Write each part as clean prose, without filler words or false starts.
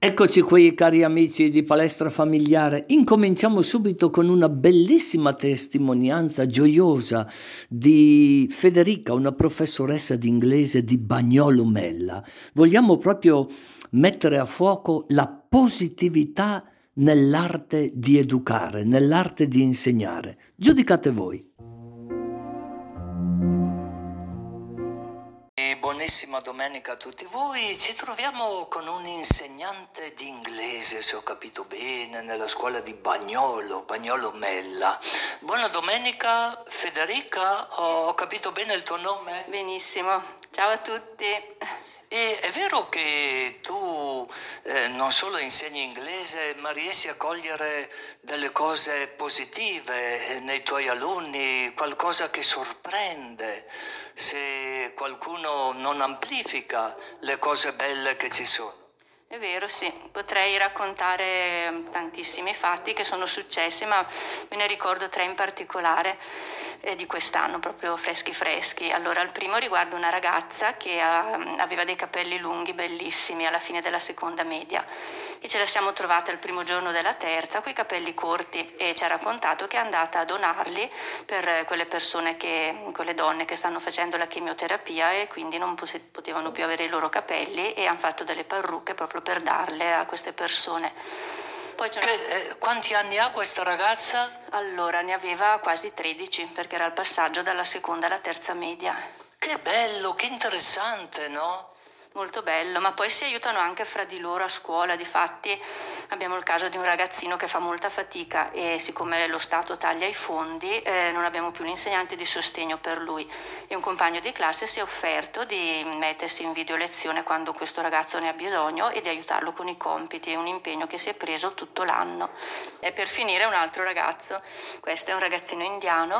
Eccoci qui, cari amici di Palestra Familiare. Incominciamo subito con una bellissima testimonianza gioiosa di Federica, una professoressa di inglese di Bagnolo Mella. Vogliamo proprio mettere a fuoco la positività nell'arte di educare, nell'arte di insegnare. Giudicate voi. Buonissima domenica a tutti voi. Ci troviamo con un insegnante di inglese, se ho capito bene, nella scuola di Bagnolo Mella. Buona domenica, Federica, ho capito bene il tuo nome? Benissimo, ciao a tutti. E è vero che tu non solo insegni inglese, ma riesci a cogliere delle cose positive nei tuoi alunni, qualcosa che sorprende, se qualcuno non amplifica le cose belle che ci sono. È vero, sì, potrei raccontare tantissimi fatti che sono successi, ma me ne ricordo tre in particolare di quest'anno, proprio freschi. Allora, il primo riguarda una ragazza che aveva dei capelli lunghi, bellissimi, alla fine della seconda media. E ce la siamo trovata il primo giorno della terza coi capelli corti e ci ha raccontato che è andata a donarli per quelle donne che stanno facendo la chemioterapia e quindi non potevano più avere i loro capelli e hanno fatto delle parrucche proprio per darle a queste persone. Poi quanti anni ha questa ragazza? Allora, ne aveva quasi 13 perché era il passaggio dalla seconda alla terza media. Che bello, che interessante, no? Molto bello, ma poi si aiutano anche fra di loro a scuola. Difatti abbiamo il caso di un ragazzino che fa molta fatica e siccome lo Stato taglia i fondi non abbiamo più un insegnante di sostegno per lui e un compagno di classe si è offerto di mettersi in video lezione quando questo ragazzo ne ha bisogno e di aiutarlo con i compiti. È un impegno che si è preso tutto l'anno. E per finire un altro ragazzo, questo è un ragazzino indiano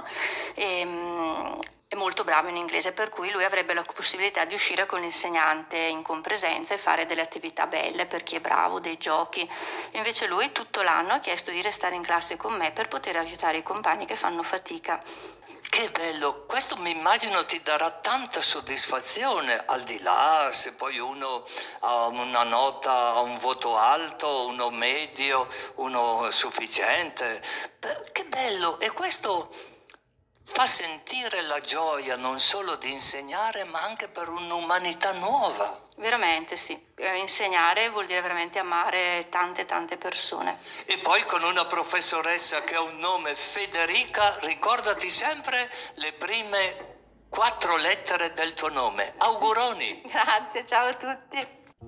è molto bravo in inglese, per cui lui avrebbe la possibilità di uscire con l'insegnante in compresenza e fare delle attività belle per chi è bravo, dei giochi. Invece lui tutto l'anno ha chiesto di restare in classe con me per poter aiutare i compagni che fanno fatica. Che bello, questo mi immagino ti darà tanta soddisfazione, al di là se poi uno ha una nota, ha un voto alto, uno medio, uno sufficiente. Che bello, e questo fa sentire la gioia non solo di insegnare, ma anche per un'umanità nuova. Veramente sì, insegnare vuol dire veramente amare tante persone. E poi con una professoressa che ha un nome, Federica, ricordati sempre le prime 4 lettere del tuo nome. Auguroni! Grazie, ciao a tutti!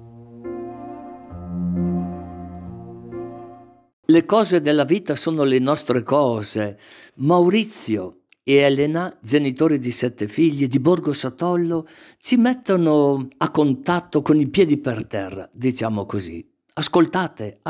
Le cose della vita sono le nostre cose. Maurizio e Elena, genitori di 7 figli di Borgo Satollo, ci mettono a contatto con i piedi per terra, diciamo così. Ascoltate.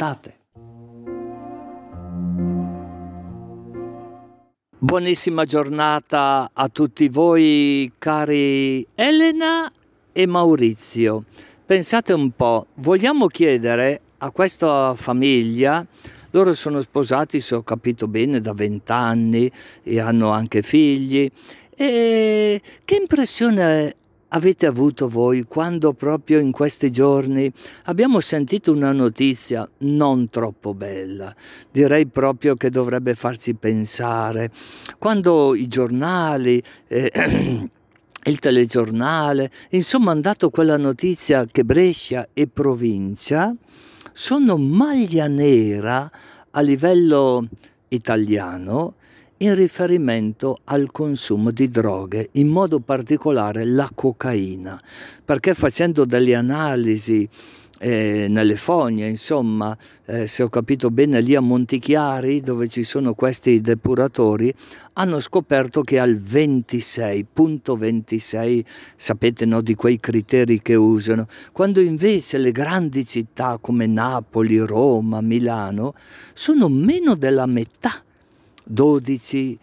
Buonissima giornata a tutti voi, cari Elena e Maurizio. Pensate un po', vogliamo chiedere a questa famiglia. Loro sono sposati, se ho capito bene, da 20 anni e hanno anche figli. E che impressione avete avuto voi quando proprio in questi giorni abbiamo sentito una notizia non troppo bella? Direi proprio che dovrebbe farci pensare. Quando i giornali... il telegiornale, insomma, hanno dato quella notizia che Brescia e provincia sono maglia nera a livello italiano in riferimento al consumo di droghe, in modo particolare la cocaina, perché facendo delle analisi nelle fogne, insomma, se ho capito bene, lì a Montichiari, dove ci sono questi depuratori, hanno scoperto che al 26,26, sapete, no, di quei criteri che usano, quando invece le grandi città come Napoli, Roma, Milano sono meno della metà, 12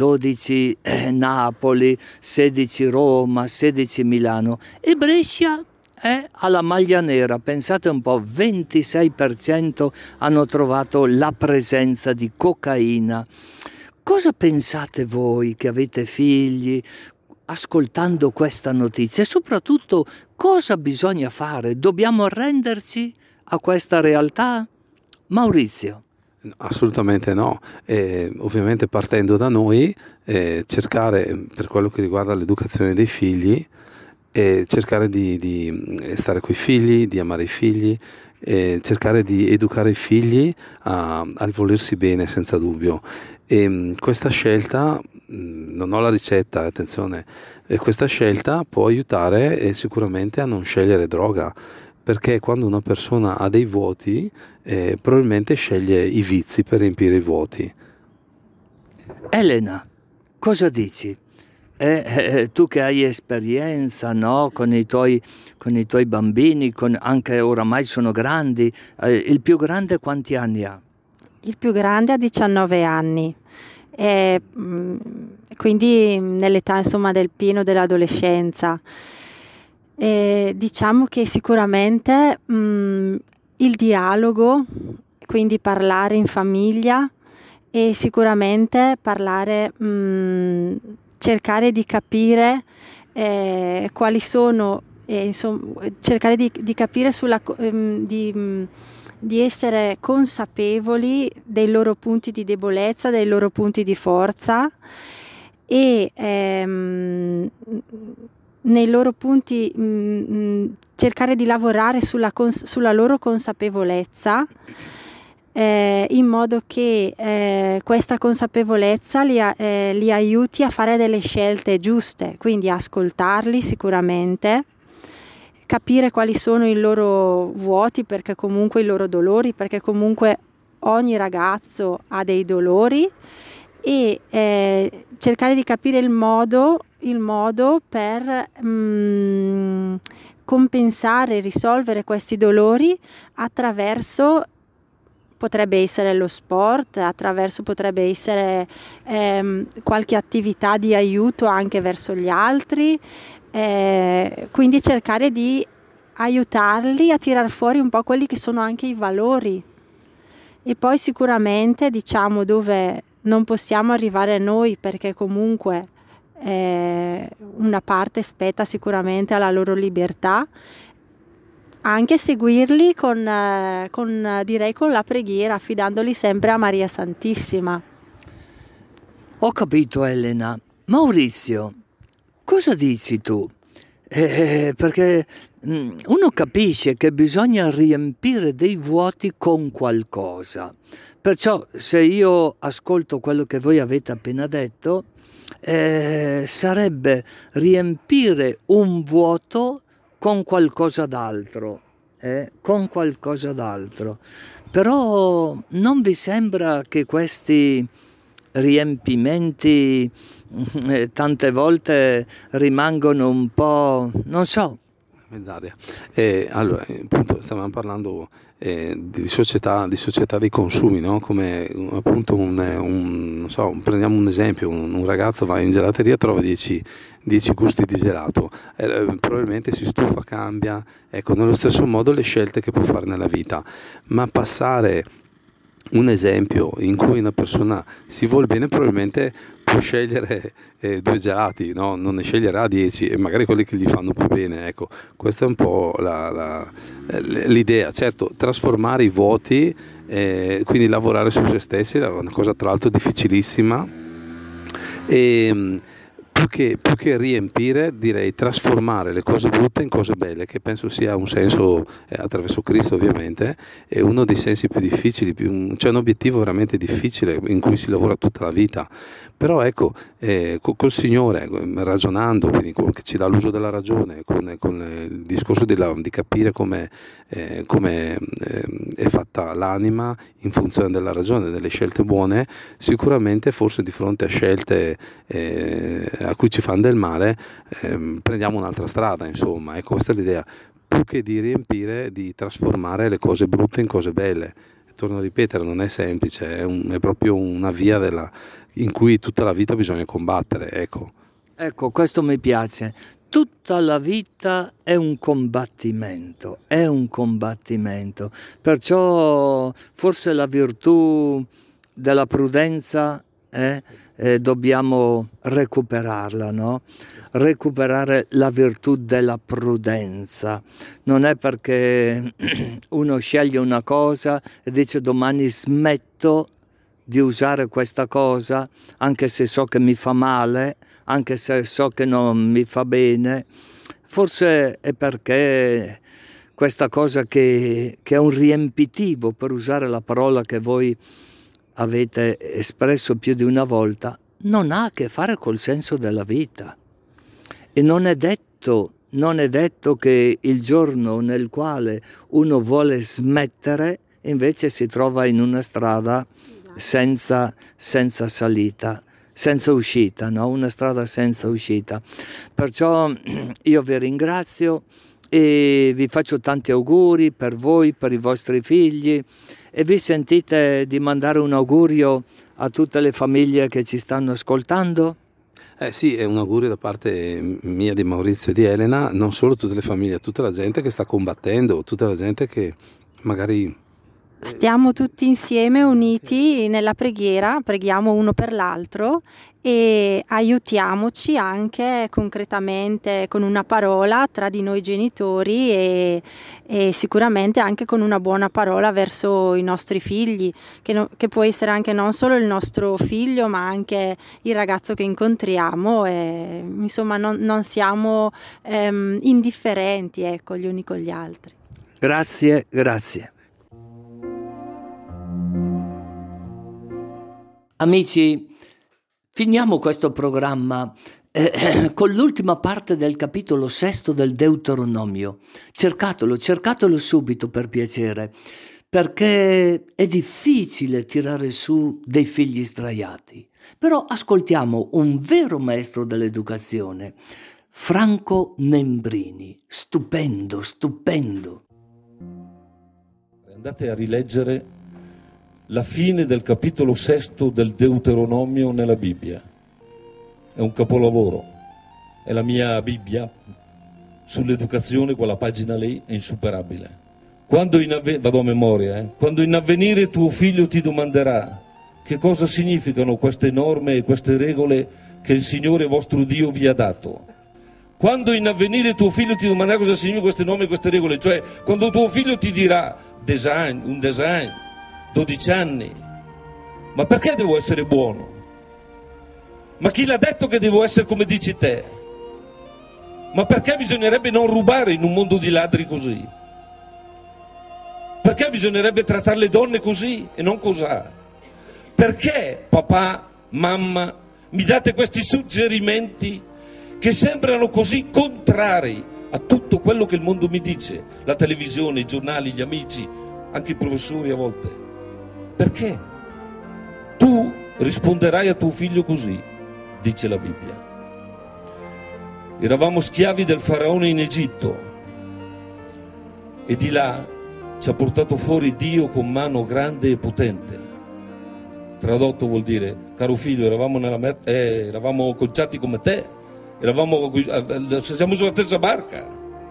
Napoli, 16 Roma, 16 Milano, e Brescia è alla maglia nera. Pensate un po', 26% hanno trovato la presenza di cocaina. Cosa pensate voi che avete figli ascoltando questa notizia? E soprattutto, cosa bisogna fare? Dobbiamo arrenderci a questa realtà? Maurizio. Assolutamente no, ovviamente partendo da noi cercare, per quello che riguarda l'educazione dei figli, cercare di stare coi figli, di amare i figli, cercare di educare i figli al volersi bene senza dubbio. E questa scelta, non ho la ricetta, attenzione, questa scelta può aiutare sicuramente a non scegliere droga, perché quando una persona ha dei vuoti probabilmente sceglie i vizi per riempire i vuoti. Elena, cosa dici? Tu che hai esperienza, no? con i tuoi bambini, anche oramai sono grandi, il più grande quanti anni ha? Il più grande ha 19 anni, quindi nell'età insomma del pieno dell'adolescenza. Diciamo che sicuramente il dialogo, quindi parlare in famiglia e sicuramente parlare, cercare di capire quali sono, cercare di capire di essere consapevoli dei loro punti di debolezza, dei loro punti di forza e nei loro punti cercare di lavorare sulla loro consapevolezza, in modo che questa consapevolezza li aiuti a fare delle scelte giuste, quindi ascoltarli sicuramente, capire quali sono i loro vuoti, perché comunque i loro dolori, perché comunque ogni ragazzo ha dei dolori, e cercare di capire il modo per compensare e risolvere questi dolori attraverso, potrebbe essere lo sport, potrebbe essere qualche attività di aiuto anche verso gli altri, quindi cercare di aiutarli a tirar fuori un po' quelli che sono anche i valori. E poi sicuramente, diciamo, dove non possiamo arrivare noi, perché comunque una parte spetta sicuramente alla loro libertà, anche seguirli direi con la preghiera, affidandoli sempre a Maria Santissima. Ho capito, Elena. Maurizio, cosa dici tu? Perché uno capisce che bisogna riempire dei vuoti con qualcosa. Perciò se io ascolto quello che voi avete appena detto, sarebbe riempire un vuoto con qualcosa d'altro. Però non vi sembra che questi riempimenti tante volte rimangono un po', non so, mezz'aria. Allora, appunto, stavamo parlando di società dei consumi, no? Come appunto non so, prendiamo un esempio, un ragazzo va in gelateria e trova 10 gusti di gelato, probabilmente si stufa, cambia, ecco, nello stesso modo le scelte che può fare nella vita, ma passare un esempio in cui una persona si vuole bene probabilmente può scegliere 2 gelati, no? Non ne sceglierà 10 e magari quelli che gli fanno più bene, ecco, questa è un po' l'idea. Certo, trasformare i vuoti, quindi lavorare su se stessi è una cosa tra l'altro difficilissima, e più che riempire, direi trasformare le cose brutte in cose belle, che penso sia un senso, attraverso Cristo ovviamente, è uno dei sensi più difficili, c'è un obiettivo veramente difficile in cui si lavora tutta la vita, però ecco, col Signore, ragionando, quindi che ci dà l'uso della ragione, con il discorso di capire come è fatta l'anima in funzione della ragione, delle scelte buone, sicuramente forse di fronte a scelte a cui ci fanno del male, prendiamo un'altra strada, insomma, ecco, questa è l'idea, più che di riempire, di trasformare le cose brutte in cose belle. Torno a ripetere, non è semplice, è proprio una via in cui tutta la vita bisogna combattere, ecco. Ecco, questo mi piace. Tutta la vita è un combattimento, perciò forse la virtù della prudenza dobbiamo recuperarla, no? Recuperare la virtù della prudenza. Non è perché uno sceglie una cosa e dice domani smetto di usare questa cosa, anche se so che mi fa male, anche se so che non mi fa bene. Forse è perché questa cosa che è un riempitivo, per usare la parola che voi avete espresso più di una volta, non ha a che fare col senso della vita. E non è detto che il giorno nel quale uno vuole smettere invece si trova in una strada senza salita, senza uscita, no? Una strada senza uscita. Perciò io vi ringrazio e vi faccio tanti auguri per voi, per i vostri figli, e vi sentite di mandare un augurio a tutte le famiglie che ci stanno ascoltando? Sì, è un augurio da parte mia, di Maurizio e di Elena, non solo a tutte le famiglie, a tutta la gente che sta combattendo, tutta la gente che magari... Stiamo tutti insieme uniti nella preghiera, preghiamo uno per l'altro e aiutiamoci anche concretamente con una parola tra di noi genitori e sicuramente anche con una buona parola verso i nostri figli, che può essere anche non solo il nostro figlio ma anche il ragazzo che incontriamo, e insomma non siamo indifferenti, ecco, gli uni con gli altri. Grazie. Amici, finiamo questo programma con l'ultima parte del capitolo 6 del Deuteronomio. Cercatelo subito, per piacere, perché è difficile tirare su dei figli sdraiati. Però ascoltiamo un vero maestro dell'educazione, Franco Nembrini. Stupendo. Andate a rileggere la fine del capitolo 6 del Deuteronomio nella Bibbia. È un capolavoro. È la mia Bibbia sull'educazione, quella pagina lì è insuperabile. Vado a memoria, Quando in avvenire tuo figlio ti domanderà che cosa significano queste norme e queste regole che il Signore vostro Dio vi ha dato. Quando in avvenire tuo figlio ti domanderà cosa significano queste norme e queste regole, cioè quando tuo figlio ti dirà un design, 12 anni, ma perché devo essere buono? Ma chi l'ha detto che devo essere come dici te? Ma perché bisognerebbe non rubare in un mondo di ladri così? Perché bisognerebbe trattare le donne così e non cos'ha? Perché papà, mamma, mi date questi suggerimenti che sembrano così contrari a tutto quello che il mondo mi dice, la televisione, i giornali, gli amici, anche i professori a volte? Perché? Tu risponderai a tuo figlio così, dice la Bibbia. Eravamo schiavi del faraone in Egitto e di là ci ha portato fuori Dio con mano grande e potente. Tradotto vuol dire, caro figlio, eravamo conciati come te, siamo sulla stessa barca,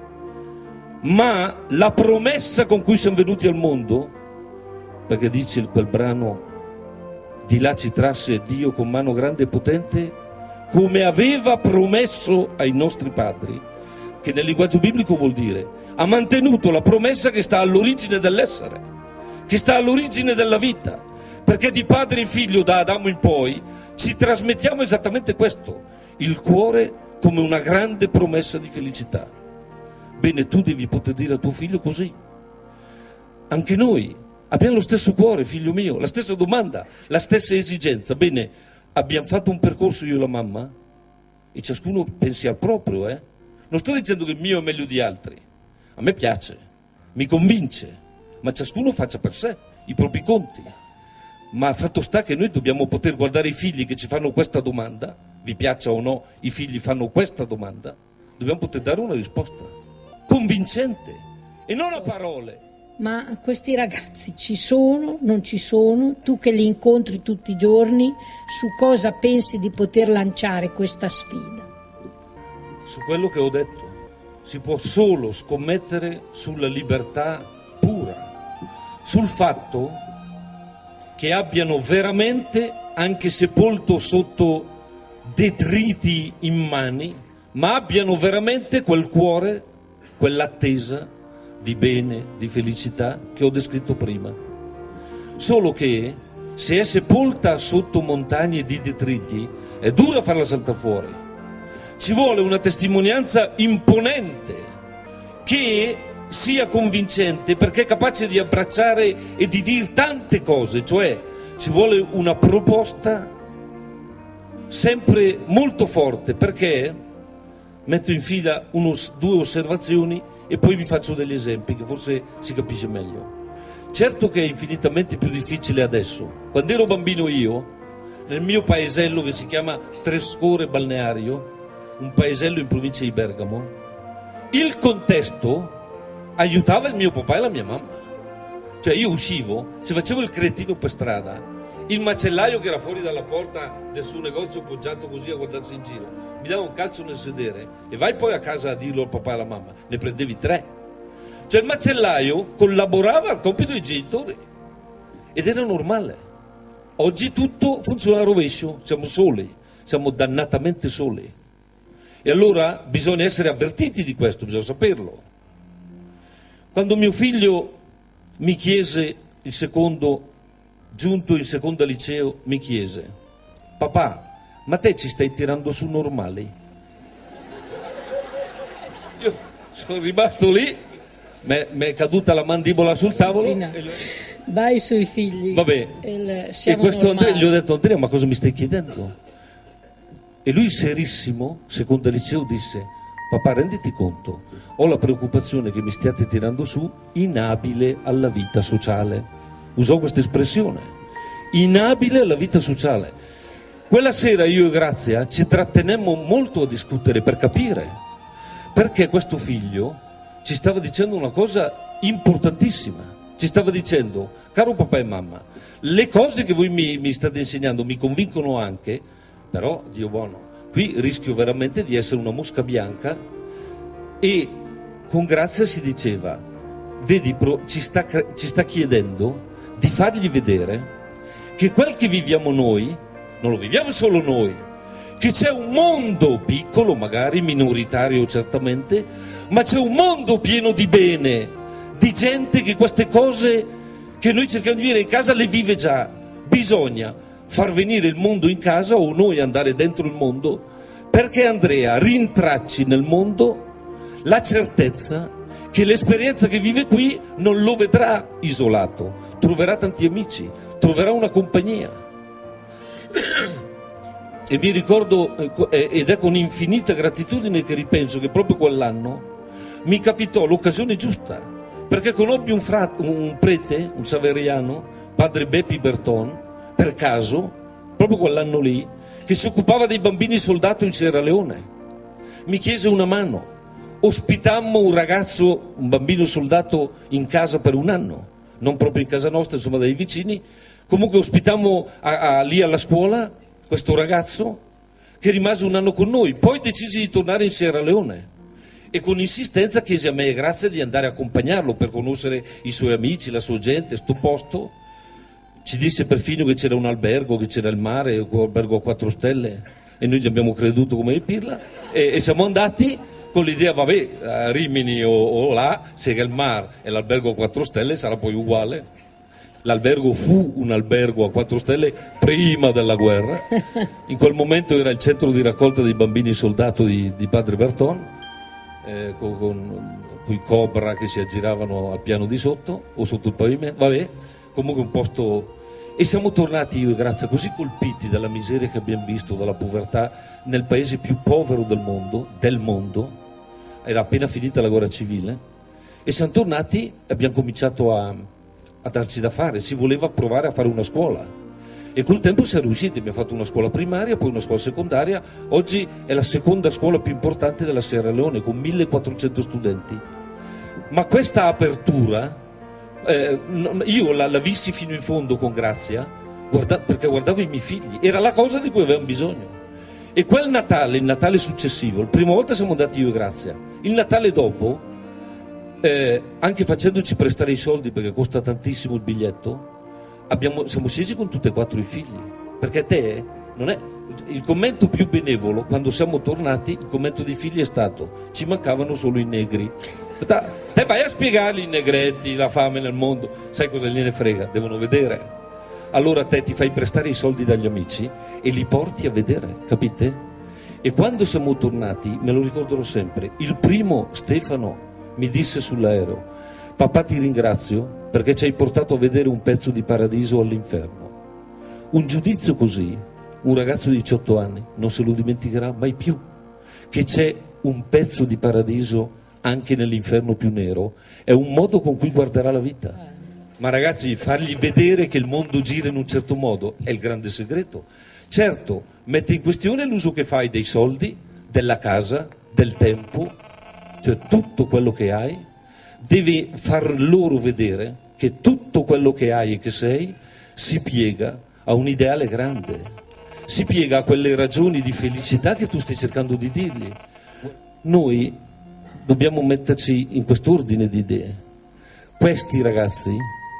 ma la promessa con cui siamo venuti al mondo, perché dice quel brano, di là ci trasse Dio con mano grande e potente, come aveva promesso ai nostri padri, che nel linguaggio biblico vuol dire ha mantenuto la promessa che sta all'origine dell'essere, che sta all'origine della vita, perché di padre in figlio, da Adamo in poi, ci trasmettiamo esattamente questo, il cuore come una grande promessa di felicità. Bene, tu devi poter dire a tuo figlio così. Anche noi abbiamo lo stesso cuore, figlio mio, la stessa domanda, la stessa esigenza. Bene, abbiamo fatto un percorso io e la mamma e ciascuno pensi al proprio, Non sto dicendo che il mio è meglio di altri, a me piace, mi convince, ma ciascuno faccia per sé i propri conti. Ma fatto sta che noi dobbiamo poter guardare i figli che ci fanno questa domanda, vi piaccia o no, i figli fanno questa domanda, dobbiamo poter dare una risposta convincente e non a parole. Ma questi ragazzi ci sono, non ci sono? Tu che li incontri tutti i giorni, su cosa pensi di poter lanciare questa sfida? Su quello che ho detto, si può solo scommettere sulla libertà pura, sul fatto che abbiano veramente anche sepolto sotto detriti immani, ma abbiano veramente quel cuore, quell'attesa di bene, di felicità che ho descritto prima. Solo che se è sepolta sotto montagne di detriti è dura farla saltare fuori. Ci vuole una testimonianza imponente che sia convincente, perché è capace di abbracciare e di dire tante cose, cioè ci vuole una proposta sempre molto forte, perché metto in fila due osservazioni e poi vi faccio degli esempi che forse si capisce meglio. Certo che è infinitamente più difficile adesso. Quando ero bambino io, nel mio paesello che si chiama Trescore Balneario, un paesello in provincia di Bergamo, il contesto aiutava il mio papà e la mia mamma. Cioè io uscivo, se facevo il cretino per strada, il macellaio che era fuori dalla porta del suo negozio poggiato così a guardarsi in giro, mi dava un calcio nel sedere e vai poi a casa a dirlo al papà e alla mamma, ne prendevi 3. Cioè il macellaio collaborava al compito dei genitori ed era normale. Oggi tutto funziona a rovescio, siamo soli, siamo dannatamente soli. E allora bisogna essere avvertiti di questo, bisogna saperlo. Quando mio figlio mi chiese, giunto in seconda liceo, mi chiese: papà, ma te ci stai tirando su normali? Io sono rimasto lì, mi è caduta la mandibola sul tavolo. Vai sui figli. Vabbè, e questo Andrea, gli ho detto: Andrea, ma cosa mi stai chiedendo? E lui serissimo, seconda liceo, disse: papà, renditi conto, ho la preoccupazione che mi stiate tirando su, inabile alla vita sociale. Usò questa espressione, inabile alla vita sociale. Quella sera io e Grazia ci trattenemmo molto a discutere per capire perché questo figlio ci stava dicendo una cosa importantissima. Ci stava dicendo: caro papà e mamma, le cose che voi mi state insegnando mi convincono anche, però Dio buono, qui rischio veramente di essere una mosca bianca. E con Grazia si diceva: vedi, ci sta chiedendo di fargli vedere che quel che viviamo noi non lo viviamo solo noi, che c'è un mondo piccolo, magari minoritario certamente, ma c'è un mondo pieno di bene, di gente che queste cose che noi cerchiamo di vivere in casa le vive già. Bisogna far venire il mondo in casa o noi andare dentro il mondo, perché Andrea rintracci nel mondo la certezza che l'esperienza che vive qui non lo vedrà isolato, troverà tanti amici, troverà una compagnia. E mi ricordo, ed è con infinita gratitudine che ripenso che proprio quell'anno mi capitò l'occasione giusta, perché conobbi un prete, un saveriano, padre Beppi Berton, per caso, proprio quell'anno lì, che si occupava dei bambini soldato in Sierra Leone. Mi chiese una mano, ospitammo un ragazzo, un bambino soldato in casa per un anno, non proprio in casa nostra, insomma dai vicini. Comunque ospitammo lì alla scuola questo ragazzo che rimase un anno con noi, poi decisi di tornare in Sierra Leone e con insistenza chiese a me e Grazia di andare a accompagnarlo per conoscere i suoi amici, la sua gente, sto posto. Ci disse perfino che c'era un albergo, che c'era il mare, un albergo a 4 stelle, e noi gli abbiamo creduto come i pirla e siamo andati con l'idea, vabbè, a Rimini o là, se che il mare e l'albergo a 4 stelle sarà poi uguale. L'albergo fu un albergo a 4 stelle prima della guerra. In quel momento era il centro di raccolta dei bambini soldato di padre Berton, con quei cobra che si aggiravano al piano di sotto o sotto il pavimento. Vabbè, comunque un posto. E siamo tornati io e Grazia così colpiti dalla miseria che abbiamo visto, dalla povertà nel paese più povero del mondo. Era appena finita la guerra civile e siamo tornati e abbiamo cominciato a darci da fare. Si voleva provare a fare una scuola e col tempo siamo riusciti. Abbiamo fatto una scuola primaria, poi una scuola secondaria. Oggi è la seconda scuola più importante della Sierra Leone con 1400 studenti. Ma questa apertura io la vissi fino in fondo con Grazia, perché guardavo i miei figli, era la cosa di cui avevamo bisogno. E quel Natale, il Natale successivo, la prima volta siamo andati io e Grazia, il Natale dopo, anche facendoci prestare i soldi perché costa tantissimo il biglietto, siamo scesi con tutti e 4 i figli. perché te non è... Il commento più benevolo, quando siamo tornati, il commento dei figli è stato: ci mancavano solo i negri. Te vai a spiegargli i negretti, la fame nel mondo, sai cosa gliene frega? Devono vedere. Allora te ti fai prestare i soldi dagli amici e li porti a vedere, capite? E quando siamo tornati, me lo ricorderò sempre, il primo Stefano mi disse sull'aereo: papà, ti ringrazio perché ci hai portato a vedere un pezzo di paradiso all'inferno. Un giudizio così un ragazzo di 18 anni non se lo dimenticherà mai più, che c'è un pezzo di paradiso anche nell'inferno più nero, è un modo con cui guarderà la vita. Ma ragazzi, fargli vedere che il mondo gira in un certo modo è il grande segreto. Certo, mette in questione l'uso che fai dei soldi, della casa, del tempo, cioè tutto quello che hai, devi far loro vedere che tutto quello che hai e che sei si piega a un ideale grande, si piega a quelle ragioni di felicità che tu stai cercando di dirgli. Noi dobbiamo metterci in quest'ordine di idee. Questi ragazzi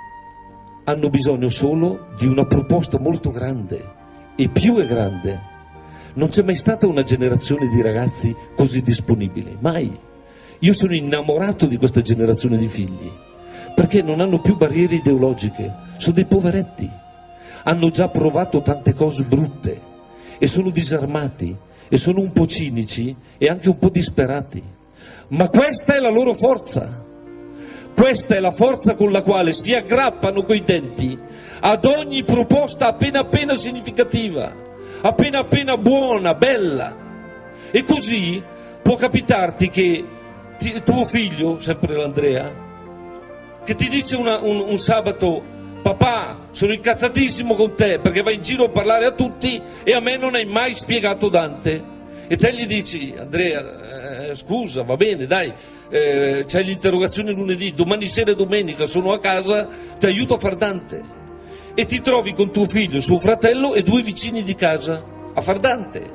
hanno bisogno solo di una proposta molto grande, e più è grande. Non c'è mai stata una generazione di ragazzi così disponibili, mai. Io sono innamorato di questa generazione di figli, perché non hanno più barriere ideologiche, sono dei poveretti. Hanno già provato tante cose brutte e sono disarmati e sono un po' cinici e anche un po' disperati, ma questa è la loro forza, questa è la forza con la quale si aggrappano coi denti ad ogni proposta appena appena significativa, appena appena buona, bella. E così può capitarti che tuo figlio, sempre l'Andrea, che ti dice un sabato: papà, sono incazzatissimo con te perché vai in giro a parlare a tutti e a me non hai mai spiegato Dante. E te gli dici: Andrea, scusa, va bene, dai, c'hai l'interrogazione lunedì, domani sera e domenica sono a casa, ti aiuto a far Dante. E ti trovi con tuo figlio, suo fratello e 2 vicini di casa a far Dante.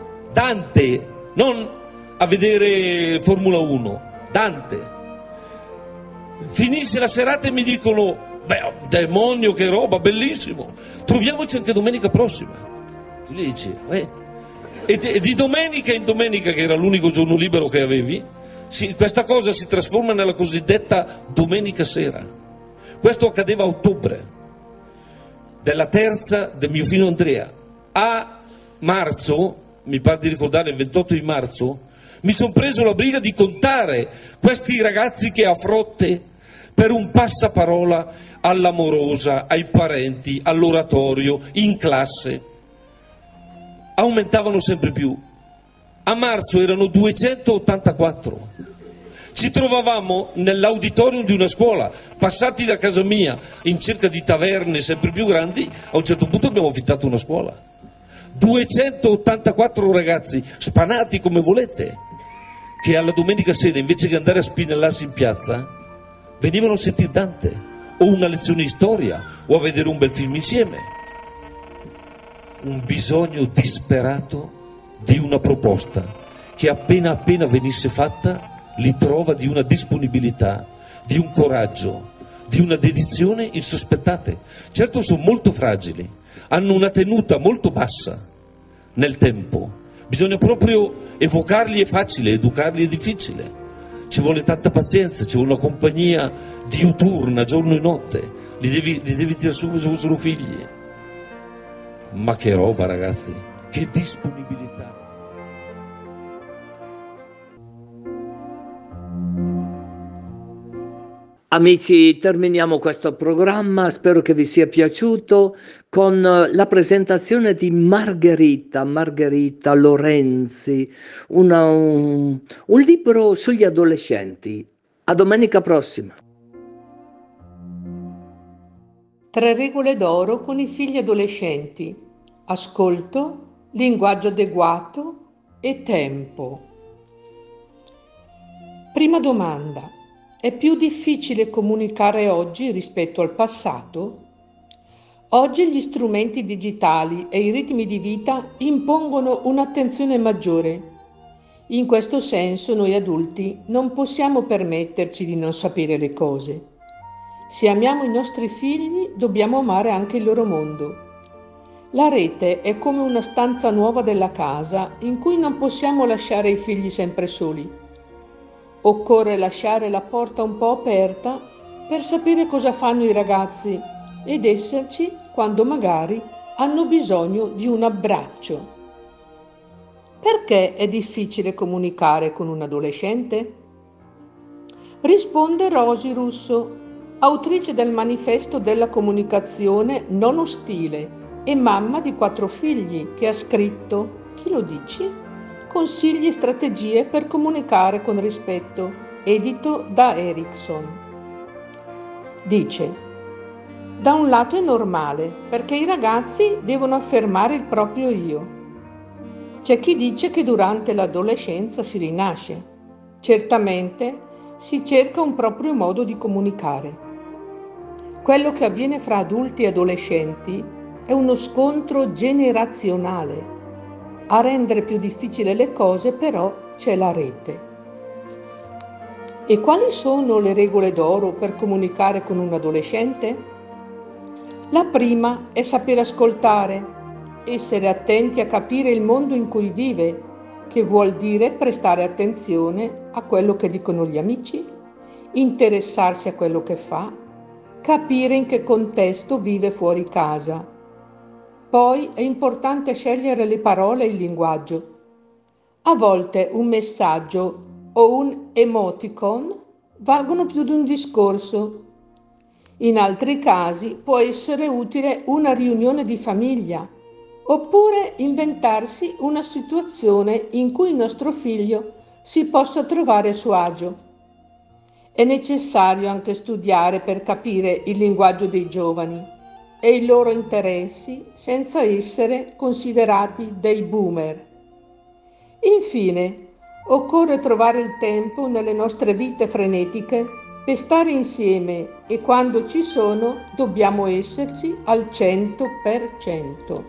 Dante, non a vedere Formula 1, Dante. Finisce la serata e mi dicono: beh, demonio, che roba, bellissimo, troviamoci anche domenica prossima. Tu gli dici: e di domenica in domenica, che era l'unico giorno libero che avevi, questa cosa si trasforma nella cosiddetta domenica sera. Questo accadeva a ottobre della terza del mio figlio Andrea. A marzo, mi pare di ricordare il 28 di marzo, mi sono preso la briga di contare questi ragazzi che a frotte per un passaparola all'amorosa, ai parenti, all'oratorio, in classe, aumentavano sempre più. A marzo erano 284. Ci trovavamo nell'auditorium di una scuola, passati da casa mia in cerca di taverne sempre più grandi. A un certo punto abbiamo affittato una scuola. 284 ragazzi, spanati come volete, che alla domenica sera, invece che andare a spinellarsi in piazza, venivano a sentire Dante, o una lezione di storia, o a vedere un bel film insieme. Un bisogno disperato di una proposta che appena appena venisse fatta li trova di una disponibilità, di un coraggio, di una dedizione insospettate. Certo, sono molto fragili, hanno una tenuta molto bassa nel tempo. Bisogna proprio evocarli, è facile, educarli è difficile. Ci vuole tanta pazienza, ci vuole una compagnia diuturna, giorno e notte. Li devi tirare su come se fossero figli. Ma che roba, ragazzi, che disponibilità. Amici, terminiamo questo programma, spero che vi sia piaciuto, con la presentazione di Margherita Lorenzi, un libro sugli adolescenti. A domenica prossima. 3 regole d'oro con i figli adolescenti: ascolto, linguaggio adeguato e tempo. Prima domanda: è più difficile comunicare oggi rispetto al passato? Oggi gli strumenti digitali e i ritmi di vita impongono un'attenzione maggiore. In questo senso noi adulti non possiamo permetterci di non sapere le cose. Se amiamo i nostri figli, dobbiamo amare anche il loro mondo. La rete è come una stanza nuova della casa in cui non possiamo lasciare i figli sempre soli. Occorre lasciare la porta un po' aperta per sapere cosa fanno i ragazzi ed esserci quando magari hanno bisogno di un abbraccio. Perché è difficile comunicare con un adolescente? Risponde Rosy Russo, autrice del manifesto della comunicazione non ostile e mamma di 4 figli, che ha scritto, chi lo dici? Consigli e strategie per comunicare con rispetto, edito da Erickson. Dice: da un lato è normale, perché i ragazzi devono affermare il proprio io. C'è chi dice che durante l'adolescenza si rinasce. Certamente si cerca un proprio modo di comunicare. Quello che avviene fra adulti e adolescenti è uno scontro generazionale. A rendere più difficile le cose però c'è la rete. E quali sono le regole d'oro per comunicare con un adolescente? La prima è saper ascoltare, essere attenti a capire il mondo in cui vive, che vuol dire prestare attenzione a quello che dicono gli amici, interessarsi a quello che fa, capire in che contesto vive fuori casa. Poi è importante scegliere le parole e il linguaggio. A volte un messaggio o un emoticon valgono più di un discorso. In altri casi può essere utile una riunione di famiglia, oppure inventarsi una situazione in cui il nostro figlio si possa trovare a suo agio. È necessario anche studiare per capire il linguaggio dei giovani e i loro interessi senza essere considerati dei boomer. Infine, occorre trovare il tempo nelle nostre vite frenetiche per stare insieme e quando ci sono dobbiamo esserci al 100%.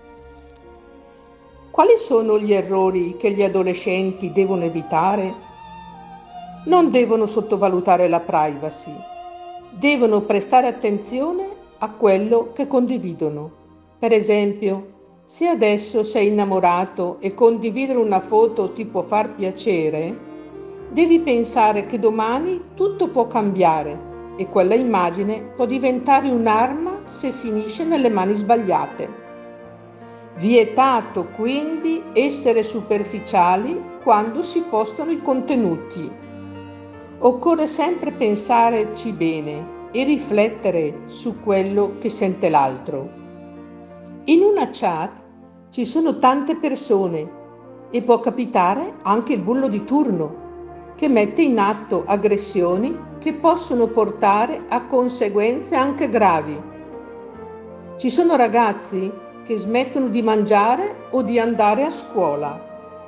Quali sono gli errori che gli adolescenti devono evitare? Non devono sottovalutare la privacy, devono prestare attenzione a quello che condividono. Per esempio, se adesso sei innamorato e condividere una foto ti può far piacere, devi pensare che domani tutto può cambiare e quella immagine può diventare un'arma se finisce nelle mani sbagliate. Vietato quindi essere superficiali quando si postano i contenuti. Occorre sempre pensarci bene e riflettere su quello che sente l'altro. In una chat ci sono tante persone e può capitare anche il bullo di turno, che mette in atto aggressioni che possono portare a conseguenze anche gravi. Ci sono ragazzi che smettono di mangiare o di andare a scuola.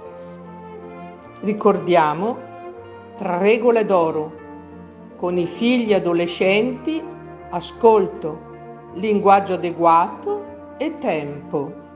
Ricordiamo 3 regole d'oro. Con i figli adolescenti, ascolto, linguaggio adeguato e tempo.